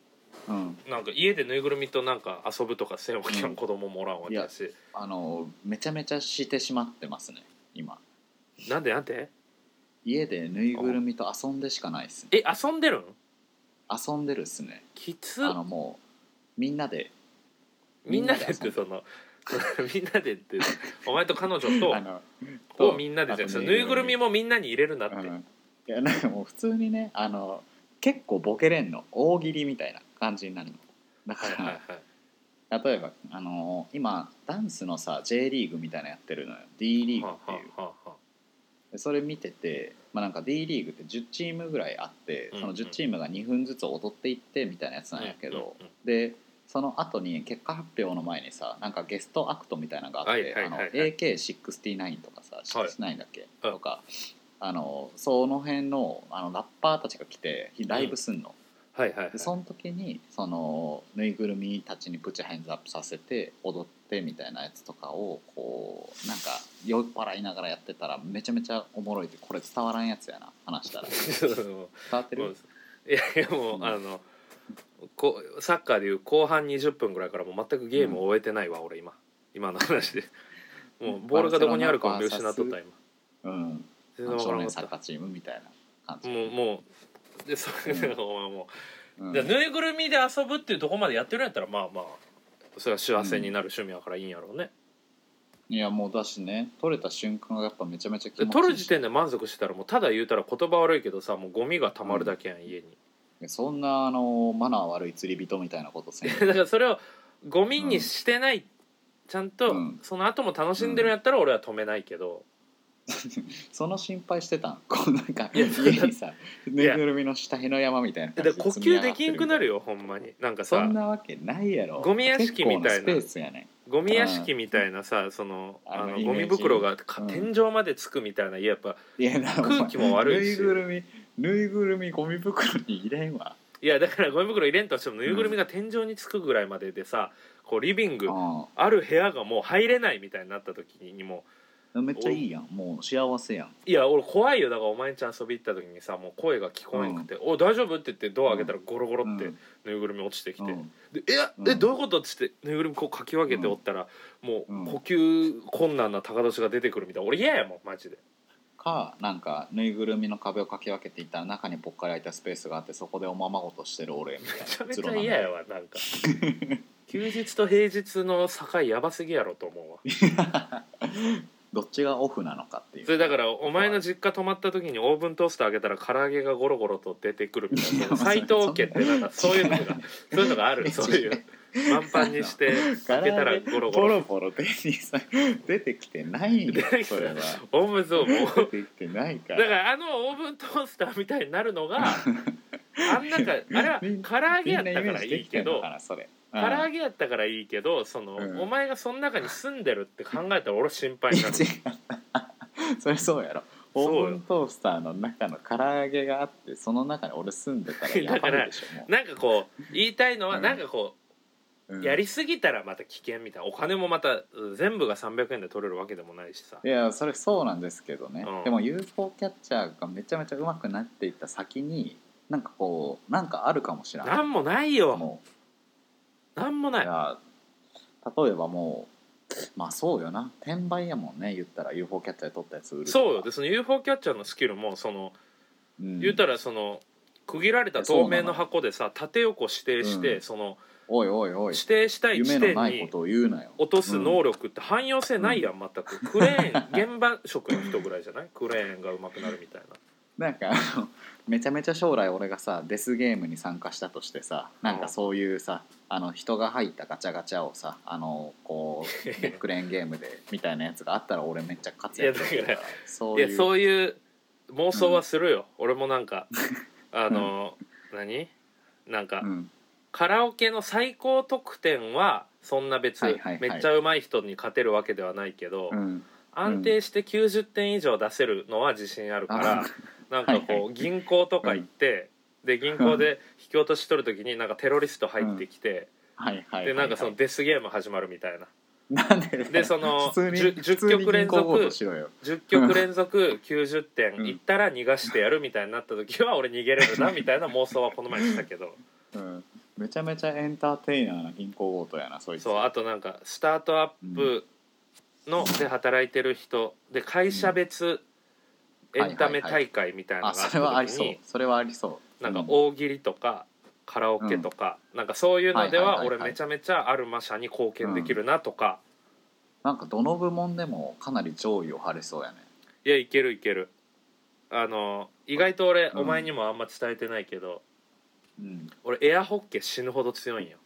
うん、 なんか家でぬいぐるみとなんか遊ぶとかせんわけん子供もらうわけだし、うん、 あのめちゃめちゃしてしまってますね今。 なんでなんで家でぬいぐるみと遊んでしかないっすね。 え遊んでるん？ 遊んでるっすね。 きつ。 あのもうみんなでみんなでってそのみんなでってお前と彼女とあのをみんなでじゃあぬいぐるみもみんなに入れるなって、うん、 いやなんかもう普通にねあの結構ボケれんの大喜利みたいな感じになるのだから、はいはいはい、例えばあの今ダンスのさ J リーグみたいなのやってるのよ D リーグっていう、はあはあはあ、でそれ見てて、まあ、なんか D リーグってじゅうチームぐらいあって、うんうん、そのじゅうチームがにふんずつ踊っていってみたいなやつなんやけど、うんうんうん、でその後に結果発表の前にさなんかゲストアクトみたいなのがあって、はいはいはいはい、あの エーケーろくじゅうきゅう とかさろくじゅうきゅうだっけ、はい、とかあのその辺 の, あのラッパーたちが来てライブすんの、うんはいはいはい、でその時にそのぬいぐるみたちにプチヘンズアップさせて踊ってみたいなやつとかをこうなんか酔っ払いながらやってたらめちゃめちゃおもろいってこれ伝わらんやつやな話したら伝わってる？ いやいやもう、うん、あのこサッカーでいう後半にじゅっぷんぐらいからもう全くゲームを終えてないわ、うん、俺今今の話でもうボールがどこにあるかも見失っとった今、 うん、全然分からなかった。少年サッカーチームみたいな感じもうもうでそれで、うん、もう、うん、ぬいぐるみで遊ぶっていうところまでやってるんやったらまあまあそれは幸せになる趣味やからいいんやろうね、 うん、いやもうだしね取れた瞬間がやっぱめちゃめちゃ気持ちいいし取る時点で満足してたらもうただ言うたら言葉悪いけどさもうゴミがたまるだけやん、うん、家にそんなあのマナー悪い釣り人みたいなことせんだからそれをゴミにしてない、うん、ちゃんとその後も楽しんでるんやったら俺は止めないけど、 うん、その心配してたんこうなんか家にさぬいぐるみの下火の山みたいな感じで呼吸できんくなるよほんまになんかさそんなわけないやろゴミ屋敷みたいなスペースやねゴミ屋敷みたいなさそのあのゴミ袋が天井までつくみたいな、うん、やっぱ空気も悪いしぬいぐるみぬいぐるみゴミ袋に入れんわいやだからゴミ袋入れんとしてもぬいぐるみが天井につくぐらいまででさ、うん、こうリビングある部屋がもう入れないみたいになった時にもめっちゃいいやんもう幸せやんいや俺怖いよだからお前んち遊び行った時にさもう声が聞こえなくて、うん、お大丈夫って言ってドア開けたらゴロゴロってぬいぐるみ落ちてきて、うん、でえ、うん、えどういうことって言ってぬいぐるみこうかき分けておったら、うん、もう呼吸困難な高年が出てくるみたいな俺嫌やもんマジでかなんかぬいぐるみの壁をかき分けていったら中にぽっかり開いたスペースがあってそこでおままごとしてる俺みたいなめちゃめちゃ嫌やわなんか休日と平日の境やばすぎやろと思うわどっちがオフなのかっていうそれだからお前の実家泊まった時にオーブントースター開けたら唐揚げがゴロゴロと出てくるみたいな斎藤家ってなんかそういうのがそういうのがあるそういう満パンにして開けたらゴロゴロボロボロ出てきてないんだよそれはオーブンそうもう出てきてないからだからあのオーブントースターみたいになるのがあんなんかあれは唐揚げやったからいいけど唐揚げやったからいいけどその、うん、お前がその中に住んでるって考えたら俺心配になるそれそうやろオーブントースターの中の唐揚げがあってその中に俺住んでたらやばいでしょもうなんかこう言いたいのは、うん、なんかこう、うん、やりすぎたらまた危険みたいなお金もまた全部がさんびゃくえんで取れるわけでもないしさいやそれそうなんですけどね、うん、でも ユーフォー キャッチャーがめちゃめちゃ上手くなっていった先になんかこうなんかあるかもしれないなんもないよもうなんもない。いや例えばもうまあそうよな転売やもんね言ったら ユーフォー キャッチャーで取ったやつ売るそうよでその ユーフォー キャッチャーのスキルもその、うん、言ったらその区切られた透明の箱でさ縦横指定して、うん、そのおいおいおい指定したい地点に落とす能力って汎用性ないやん、うん、全くクレーン現場職の人ぐらいじゃないクレーンが上手くなるみたいななんかあのめちゃめちゃ将来俺がさデスゲームに参加したとしてさなんかそういうさあの人が入ったガチャガチャをさあのこうネックレーンゲームでみたいなやつがあったら俺めっちゃ活躍するからそういういやそういう妄想はするよ、うん、俺もなんかあの何なんか、うん、カラオケの最高得点はそんな別、はいはいはい、めっちゃ上手い人に勝てるわけではないけど、うん、安定してきゅうじゅってん以上出せるのは自信あるから、うんなんかこう銀行とか行って、うん、で銀行で引き落とし取る時になんかテロリスト入ってきて、でなんかそのデスゲーム始まるみたいな。 なんででその 10, 10曲連続じゅっきょく連続きゅうじゅってんいったら逃がしてやるみたいになった時は俺逃げれるなみたいな妄想はこの前にしたけど、 うん、 めちゃめちゃエンターテイナーな銀行強盗やなそいつ。 そうあとなんかスタートアップので働いてる人で会社別エンタメ大会みたいなのがあった時に、 あ、それはありそう。それはありそう。 なんか大喜利とかカラオケとか、うん、なんかそういうのでは俺めちゃめちゃアルマ社に貢献できるなとか、 うん、なんかどの部門でもかなり上位を張れそうやね。 いやいけるいける。あの意外と俺、うん、お前にもあんま伝えてないけど、うん、俺エアホッケー死ぬほど強いんよ。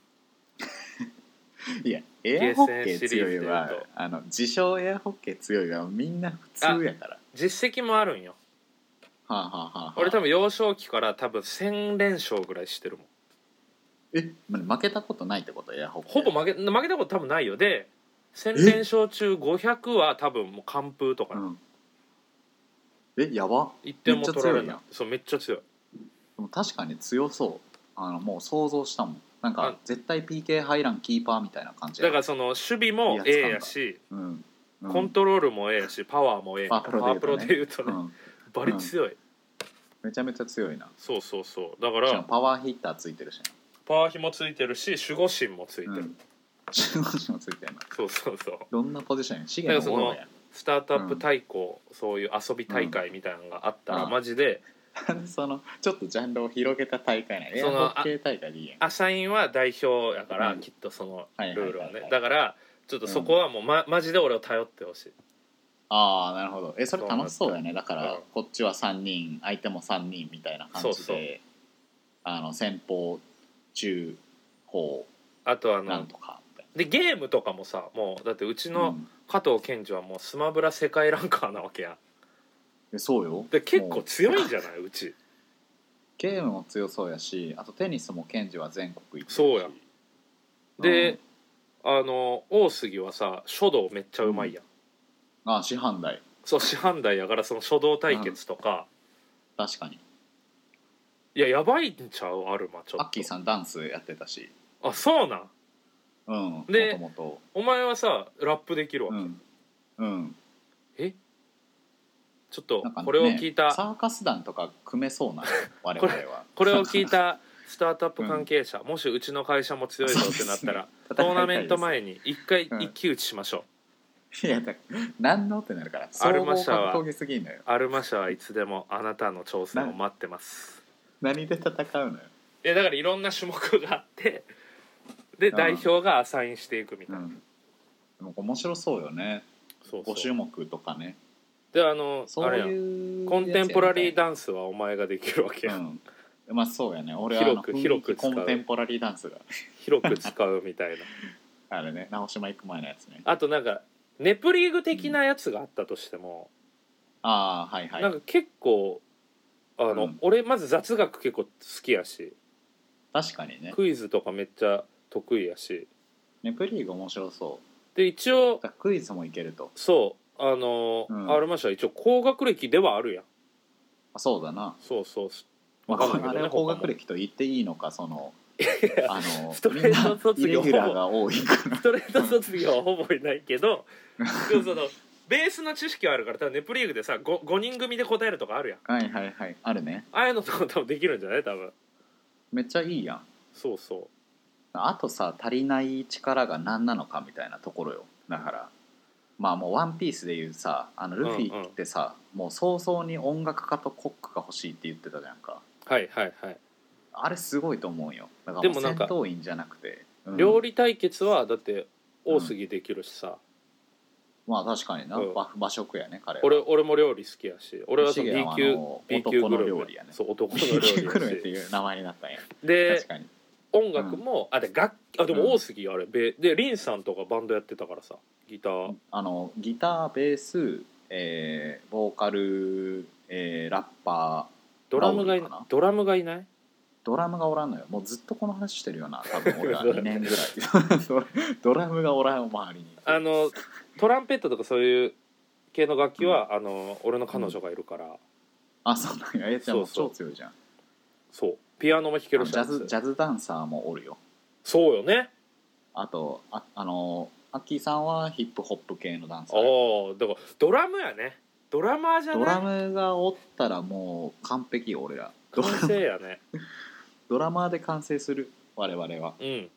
いやエアホッケー強いはあの自称エアホッケー強いはみんな普通やから。 実績もあるんよ。はあはあはあ、俺多分幼少期から多分せん連勝ぐらいしてるもん。 え負けたことないってこと？エアホッケーほぼ負け負けたこと多分ないよ。でせん連勝中ごひゃくは多分もう完封とか、うん、 えやばいってんも取られない。そうめっちゃ強い。 でも確かに強そう。あのもう想像したもん。なんか絶対 ピーケー 入らんキーパーみたいな感じ。 だからその守備も A やし、うんうん、コントロールも A やしパワーも A みたいな。パワープロで言うとね、うん、バリ強い、うん、 めちゃめちゃ強いな。 そうそうそう。だからパワーヒッターついてるしな。 パワーヒもついてるし守護神もついてる、うん、 守護神もついてるな。 そうそうそう。 どんなポジションや。資源のものや。 スタートアップ対抗、うん、そういう遊び大会みたいなのがあったら、うん、マジでそのちょっとジャンルを広げた大会なの。エアホッケー大会でいいやん。 アサインは代表やから、うん、きっとそのルールはね、だからちょっとそこはもう、ま、マジで俺を頼ってほしい。 ああなるほど。えそれ楽しそうだよね。だから、うん、こっちはさんにん相手もさんにんみたいな感じで、そうそう、あの先方中方あとあのなんとかでゲームとかもさ、もうだってうちの加藤健二はもうスマブラ世界ランカーなわけや。 えそうよ。 で結構強いんじゃない？うちゲームも強そうやし、あとテニスも健二は全国行ってるし。 そうや。で、うん、あの大杉はさ書道めっちゃうまいやん、 うん、あ師範代。 そう師範代やからその書道対決とか、 うん、確かに。 いややばいんちゃう？あるまちょっとアッキーさんダンスやってたし。 あそうなん。 うん、 でもともとお前はさラップできるわけ、 うんうん、 えちょっとこれを聞いた、 ね、サーカス団とか組めそうな我々はこれを聞いたスタートアップ関係者、うん、もしうちの会社も強いぞってなったら、トーナメント前に一回一騎打ちしましょう、うん、いやだ何のってなるから。アルマ社はアルマ社はいつでもあなたの挑戦を待ってます。 何で戦うのよ。 いやだからいろんな種目があってで代表がアサインしていくみたいな、うん、でも面白そうよね。そうそうご種目とかね。 であのそういうコンテンポラリーダンスはお前ができるわけや、うん、 まあそうやね。俺は広く広く使うコンテンポラリーダンスが広く使うみたいなあれね、直島行く前のやつね。 あとなんかネプリーグ的なやつがあったとしても、 うん、ああはいはい。 なんか結構あの、うん、俺まず雑学結構好きやし、 確かにね。 クイズとかめっちゃ得意やし、 ネプリーグ面白そう。 で一応クイズもいけると。 そうあの、うん、アルマ社は一応高学歴ではあるやん。 あそうだな。 そうそう。 まあ、あれは高学歴と言っていいのか、そのあのストレート卒業イレギュラーが多いからストレート卒業はほぼいないけどでもそのベースの知識はあるから、多分ネプリーグでさ 5, 5人組で答えるとかあるやん。 はいはいはいあるね。 ああいうのとか多分できるんじゃない？多分めっちゃいいやん。 そうそう。 あとさ足りない力が何なのかみたいなところよ。だからまあもうワンピースでいうさ、あのルフィってさ、うんうん、もう早々に音楽家とコックが欲しいって言ってたじゃんか。 はいはいはい。 あれすごいと思うよ。だからもう戦闘員じゃなくて、 うん、料理対決はだって多すぎできるしさ、 うん、まあ確かにな、うん、和食やね彼は。 俺俺も料理好きやし、俺はその B 級 B 級グルメ料理やね。 そう男の料理やし B 級グルメっていう名前になったんや。 で確かに音楽も、うん、あで楽あでも大杉あれ、うん、でリンさんとかバンドやってたからさ、ギターあのギターベース、えー、ボーカル、えー、ラッパードラムがいないドラムがいないドラムがおらんのよ。もうずっとこの話してるよな多分俺はにねんぐらいドラムがおらん周りに。 あのトランペットとかそういう系の楽器は、うん、あの俺の彼女がいるから、うん、 あそうなんや。えじゃあもう超強いじゃん。 そうピアノも弾けるし、 ジャズジャズダンサーもおるよ。 そうよね。 あと あ, あのアッキーさんはヒップホップ系のダンサー。 ああだからドラムやね。ドラマーじゃない。 ドラムがおったらもう完璧よ俺ら。 完成やねドラマーで完成する。 我々は。 うん。い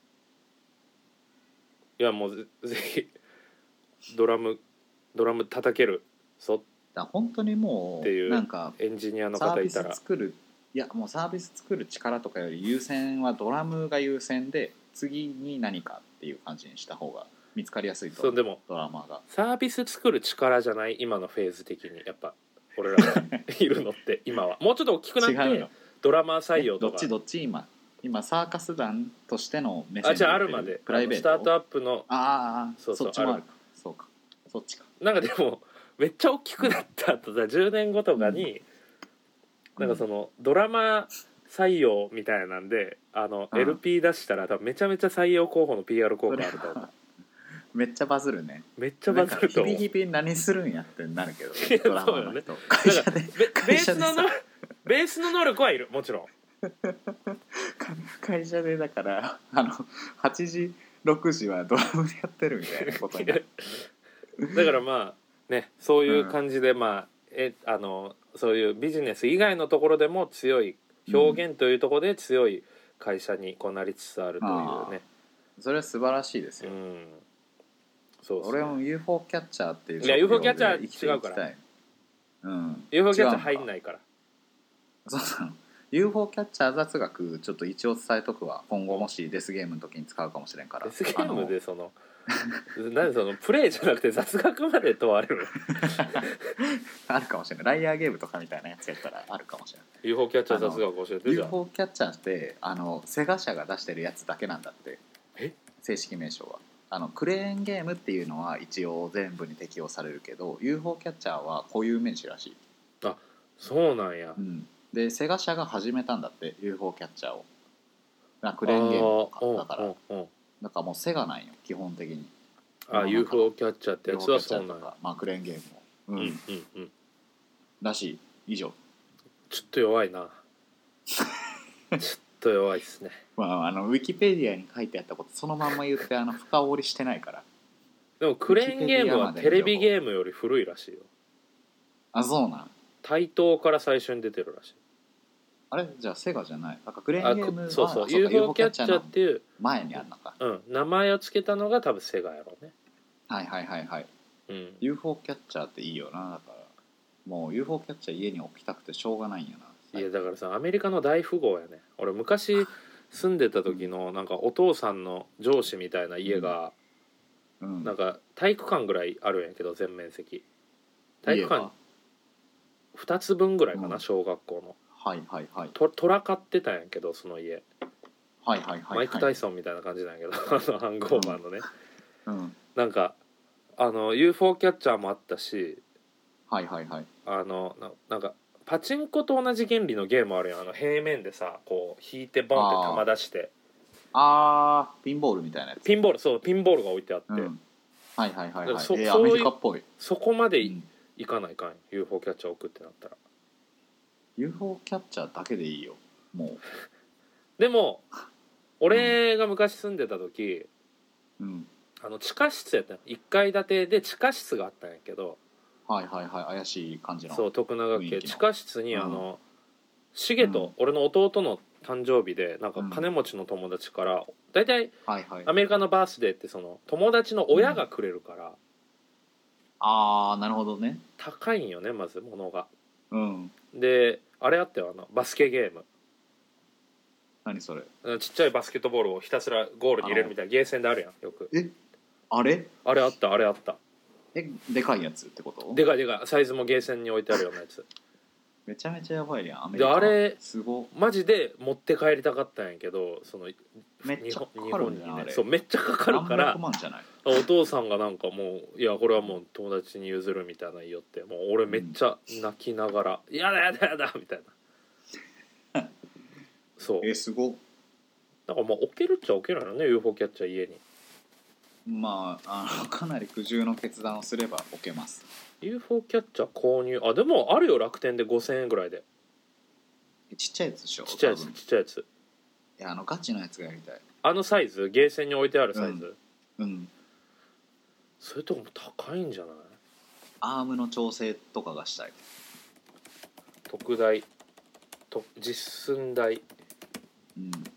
やもう ぜ, ぜひドラムドラム叩けるそだ本当にもっていううなんかエンジニアのサービス方いたら、 作るいやもうサービス作る力とかより優先はドラムが優先で次に何かっていう感じにした方が見つかりやすいとそうでもドラマーがサービス作る力じゃない今のフェーズ的にやっぱ俺らがいるのって今はもうちょっと大きくなっ違うてのドラマー採用とかどっちどっち今今サーカス団としての目線あじゃあある言ってまでプライベートスタートアップのああそうそうそっちもあるかそうかそっちかなんかでもめっちゃ大きくなった後さじゅうねんごとかに、うん、なんかそのドラマ採用みたいなんであの、うん、エルピー 出したら多分めちゃめちゃ採用候補の ピーアール 効果あると思うめっちゃバズるねめっちゃバズると思う日々日々何するんやってなるけどドラマの人、ね、 会社で会社でさベースの能力はいるもちろん会社でだからあのはちじろくじはドラムでやってるみたいなことになるだからまあねそういう感じで、うん、まあえあのそういうビジネス以外のところでも強い表現というところで強い会社にこうなりつつあるというね、 うん、それは素晴らしいですよ、 うんそうそう俺も ユーフォー キャッチャーっていういや ユーフォー キャッチャー違うから、 うん、 ユーフォー キャッチャー入んないからそうなの ユーフォー キャッチャー雑学ちょっと一応伝えとくわ今後もしデスゲームの時に使うかもしれんからデスゲームでその何そのプレイじゃなくて雑学まで問われるあるかもしれないライアーゲームとかみたいなやつやったらあるかもしれないユーフォー キャッチャー雑学教えてユーフォー キャッチャーってあのセガ社が出してるやつだけなんだってえ正式名称はあのクレーンゲームっていうのは一応全部に適用されるけど ユーフォー キャッチャーは固有名詞らしいあそうなんや、 うん、でセガ社が始めたんだって ユーフォー キャッチャーをだからクレーンゲームとかだからだからもうセガなんよ基本的にあ ユーフォー キャッチャーってやつはそうなんやまあクレーンゲームもうん、うんうんうん、らしい以上ちょっと弱いなちょっと弱いですねまああのウィキペディアに書いてあったことそのまんま言ってあの深掘りしてないからでもクレーンゲームはテレビゲームより古いらしいよあそうなん台東から最初に出てるらしいあれじゃあセガじゃないなんかクレーンゲームはそうそう ユーフォー キャッチャーっていう前にあるのかうん名前を付けたのが多分セガやろうねはいはいはいはい、 うん、 ユーフォー キャッチャーっていいよなだからもう ユーフォー キャッチャー家に置きたくてしょうがないんやな。 いやだからさアメリカの大富豪やね俺昔住んでた時のなんかお父さんの上司みたいな家が、うん、なんか体育館ぐらいあるんやけど全面積体育館ふたつぶんぐらいかな、うん、小学校のはいはいはいと虎飼ってたんやけどその家はいはいはい、はい、 マイク・タイソンみたいな感じなんやけどあのハングオーバーのね、うんうん、なんかあの ユーフォー キャッチャーもあったしはいはいはいあの な, なんかパチンコと同じ原理のゲームあるやんあの平面でさこう引いてボンって球出してあーピンボールみたいなやつピンボールそうピンボールが置いてあって、うん、 はいはいはいはいそ、 えー、アメリカっぽいそこまでい、うん、いかないかん ユーフォー キャッチャー置くってなったらユーフォー キャッチャーだけでいいよもうでも俺が昔住んでた時、 うん、 あの地下室やったいっかい建てで地下室があったんやけどはいはいはい怪しい感じのそう徳永家地下室にあの、うん、シゲと俺の弟の誕生日でなんか金持ちの友達から、うん、だいたいアメリカのバースデーってその友達の親がくれるから、うん、 ああなるほどね高いんよねまず物が、 うん、 であれあったよあのバスケゲーム何それちっちゃいバスケットボールをひたすらゴールに入れるみたいなゲーセンであるやんよくえあれあれあったあれあったえでかいやつってことでかいでかいサイズもゲーセンに置いてあるようなやつめちゃめちゃやばいやんアメリカであれすごマジで持って帰りたかったんやけどそのめっちゃかかるんだよ、ね、 そうめっちゃかかるから何百万じゃないお父さんがなんかもういやこれはもう友達に譲るみたいな言いよってもう俺めっちゃ泣きながら「やだやだやだ」みたいなそうえすごなんかまあ置けるっちゃ置けないのね ユーフォー キャッチャー家にまあ、あのかなり苦渋の決断をすれば置けますユーフォー キャッチャー購入あでもあるよ楽天でごせんえんぐらいでちっちゃいやつでしょちっちゃいやつちっちゃいやついやあのガチのやつがやりたいあのサイズゲーセンに置いてあるサイズうん、うん、 それとかも高いんじゃないアームの調整とかがしたい特大と実寸大うん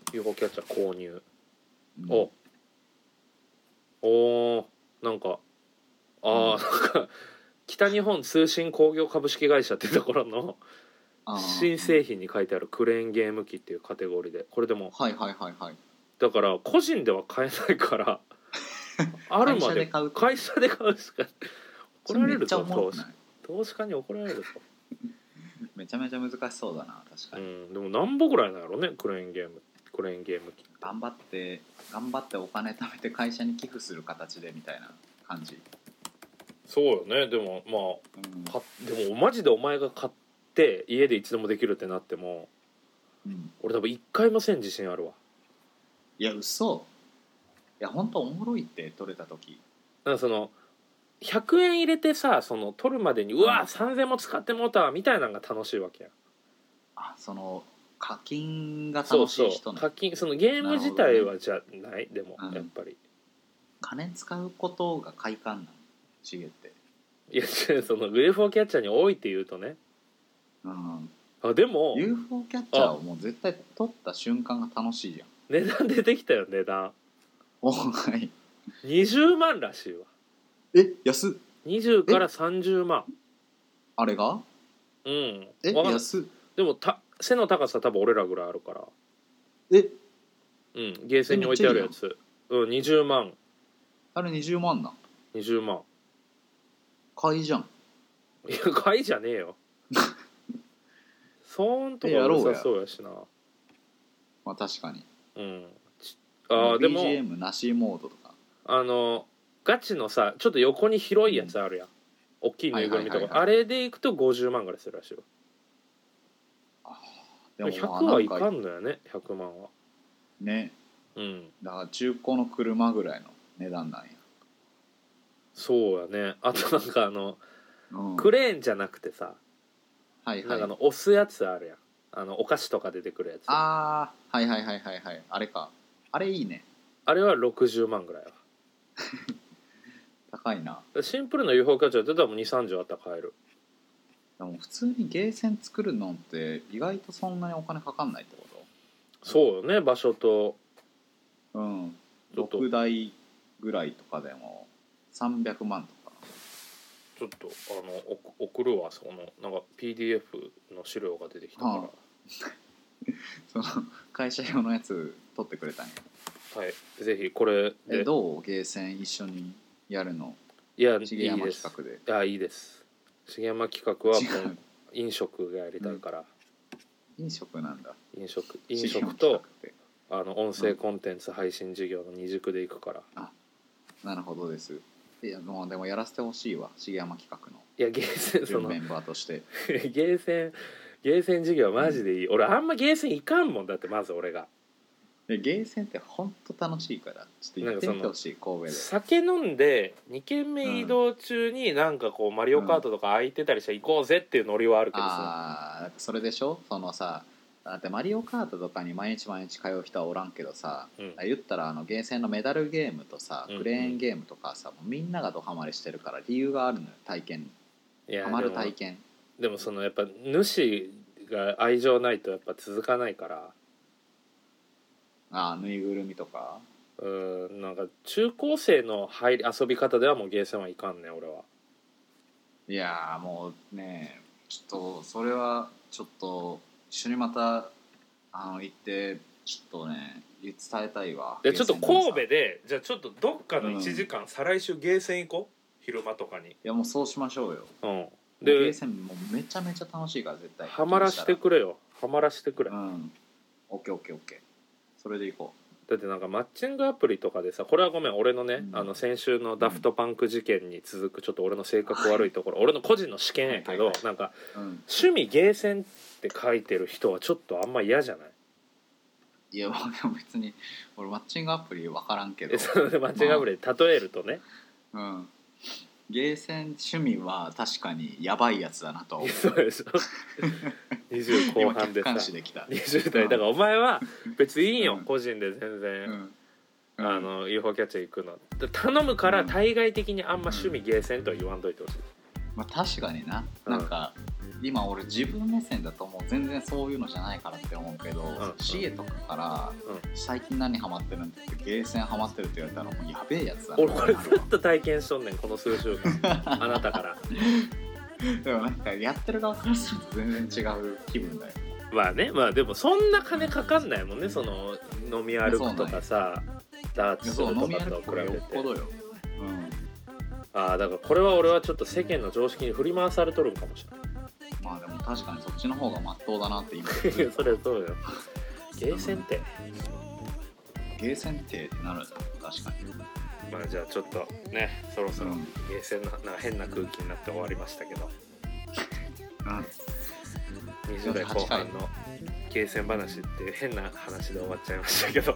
ユーフォー キャッチャー購入、 うん、 おおなんかあー、うん、なんか北日本通信工業株式会社ってところの新製品に書いてあるクレーンゲーム機っていうカテゴリーで、これでもはいはいはいはい、 だから個人では買えないからあるまで会社で買うしか怒られるぞ、投資投資家に怒られるぞめちゃめちゃ難しそうだな、確かに、 うん、でも何本ぐらいなんやろね、クレーンゲームクレーンゲーム機頑張って頑張ってお金貯めて会社に寄付する形でみたいな感じ。 そうよね。でもまあ、うん、かでもマジでお前が買って家でいつでもできるってなっても、うん、俺多分一回もせん自信あるわ。 いや嘘、いや本当おもろいって取れた時なんかそのひゃくえん入れてさ、その取るまでに、うん、うわさんぜんえんも使ってもうたわみたいなのが楽しいわけや。 あ、その課金が楽しい人ね。そうそう、 課金、そのゲーム自体はじゃない、でも、うん、やっぱり金使うことが快感なのシゲって。 いやその ユーフォー キャッチャーに多いって言うとね、 うん、 あでもユーフォー キャッチャーをもう絶対取った瞬間が楽しいじゃん。 値段出てきたよ、値段。 おはい。 にじゅうまんらしいわ。 え、安っ。 にじゅうからさんじゅうまん。 あれが？ うん。 え、安っ。 でもた背の高さ多分俺らぐらいあるから。 え？ うん、ゲーセンに置いてあるやつ。うん、にじゅうまん。 あれにじゅうまんな。 にじゅうまん。 買いじゃん。 いや、買いじゃねえよ。そーんとか良さそうやしな。 まあ確かに。 うん。あでもビージーエム なしモードとか。 あのガチのさ、ちょっと横に広いやつあるやん。うん、大きいぬいぐるみとか、はいはいはいはい、あれでいくとごじゅうまんぐらいするらしいよ。あでもひゃくはいかんのよね、ひゃくまんは。 ね。 うん。 だから中古の車ぐらいの値段なんや。 そうやね。あとなんかあの、うん、クレーンじゃなくてさ、はいはい、なんかあの押すやつあるやん。あのお菓子とか出てくるやつ。 ああ、はいはいはいはいはい。あれか。あれいいね。 あれはろくじゅうまんぐらいは。 高いな。 シンプルな ユーフォー キャッチャーって多分にじゅう、さんじゅうあったら買える。 でも普通にゲーセン作るのって意外とそんなにお金かかんないってこと？ そうよね、場所と。 うん。ろくだいぐらいとかでもさんびゃくまんとか。 ちょっとあの送るわ、そのなんか ピーディーエフ の資料が出てきたから、はあ、 その会社用のやつ取ってくれたんや。 はい、ぜひこれで。 えどうゲーセン一緒にやるの？ いや、 重山企画で。 いいです。あ、いいです。重山企画は飲食がやりたいから、 うん、飲食なんだ。 飲食飲食とあの音声コンテンツ配信事業の二軸でいくから、 うん、あ、なるほどです。いやもうでもやらせてほしいわ、重山企画の。 いやゲーセンそのメンバーとしてゲーセンゲーセン事業はマジでいい、うん、俺あんまゲーセン行かんもんだって。まず俺がゲーセンってほんと楽しいからちょっと行ってみてほしい。神戸で酒飲んでに軒目移動中になんかこうマリオカートとか空いてたりして行こうぜっていうノリはあるけどさ、うん、 あそれでしょ。そのさ、だってマリオカートとかに毎日毎日通う人はおらんけどさ、うん、言ったらあのゲーセンのメダルゲームとさクレーンゲームとかさ、うんうん、みんながドハマりしてるから理由があるのよ、体験にハマる体験。 でもそのやっぱ主が愛情ないとやっぱ続かないから。 ああ、ぬいぐるみとか。 うーん、なんか中高生の入り遊び方ではもうゲーセンはいかんねん俺は。 いやもうね、ちょっとそれはちょっと一緒にまたあの行ってちょっとね伝えたいわ。 でちょっと神戸でじゃあちょっとどっかのいちじかん、うん、再来週ゲーセン行こう、昼間とかに。いやもうそうしましょうよ。 うん。 でゲーセンもうめちゃめちゃ楽しいから絶対。 ハマらしてくれよ。ハマらしてくれ。 うん。オッケーオッケーオッケー。それでいこう。だってなんかマッチングアプリとかでさ、これはごめん俺のね、うん、あの先週のダフトパンク事件に続くちょっと俺の性格悪いところ、はい、俺の個人の試験やけど、はいはいはい、なんか、うん、趣味ゲーセンって書いてる人はちょっとあんま嫌じゃない？ いやでも別に俺マッチングアプリ分からんけどそのマッチングアプリで例えるとね、 まあ、うん、ゲーセン趣味は確かにヤバいやつだなと思う。 そうでしょにじゅう後半でさできたにじゅう代だからお前は別にいいよ、うん、個人で全然、うんうん、あの ユーフォー キャッチャー行くの頼むから対外的にあんま趣味ゲーセンとは言わんといてほしい。 まあ、確かにな、うん、なんか今俺自分目線だともう全然そういうのじゃないからって思うけど、うん、シエとかから最近何ハマってるんって言ってゲーセンハマってるって言われたらもうやべえやつだな。 俺これずっと体験しとんねんこの数週間あなたからでもなんかやってる側からすると全然違う気分だよ。 まあね、まあでもそんな金かかんないもんね、その飲み歩くとかさダーツするとかと比べて。よっぽどよ、うん、ああだからこれは俺はちょっと世間の常識に振り回されとるんかもしれない。 まあでも確かにそっちの方がまっとうだなって今それそうよ。ゲーセンって、 うん、ゲーセンってってなるんだ。確かに。 まあじゃあちょっとねそろそろゲーセンのなんか変な空気になって終わりましたけど、うん、にじゅう代後半のゲーセン話っていう変な話で終わっちゃいましたけど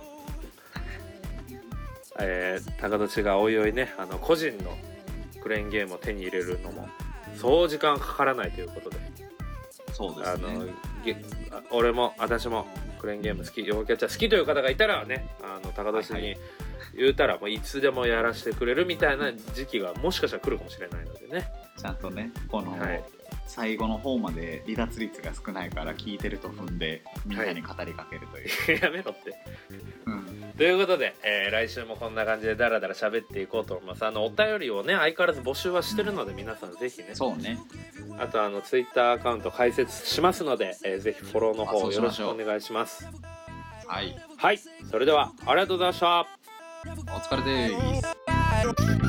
えー、高年がおいおいねあの個人のクレーンゲームを手に入れるのもそう時間かからないということで、 そうですね、あのゲ俺も私もクレーンゲーム好き、ヨーキャッチャー好きという方がいたらね、あの高年に言うたらもういつでもやらせてくれるみたいな時期がもしかしたら来るかもしれないのでね、 ちゃんとねこの、はい、最後の方まで離脱率が少ないから聞いてると踏んでみんなに語りかけるという、 はい、やめろって、うん、ということで、えー、来週もこんな感じでダラダラ喋っていこうと思います。あのお便りをね相変わらず募集はしてるので、皆さんぜひね、 そうね、 あとあのツイッターアカウント開設しますので、えー、ぜひフォローの方よろしくお願いします。 はい、 はい、それではありがとうございました。 お疲れです。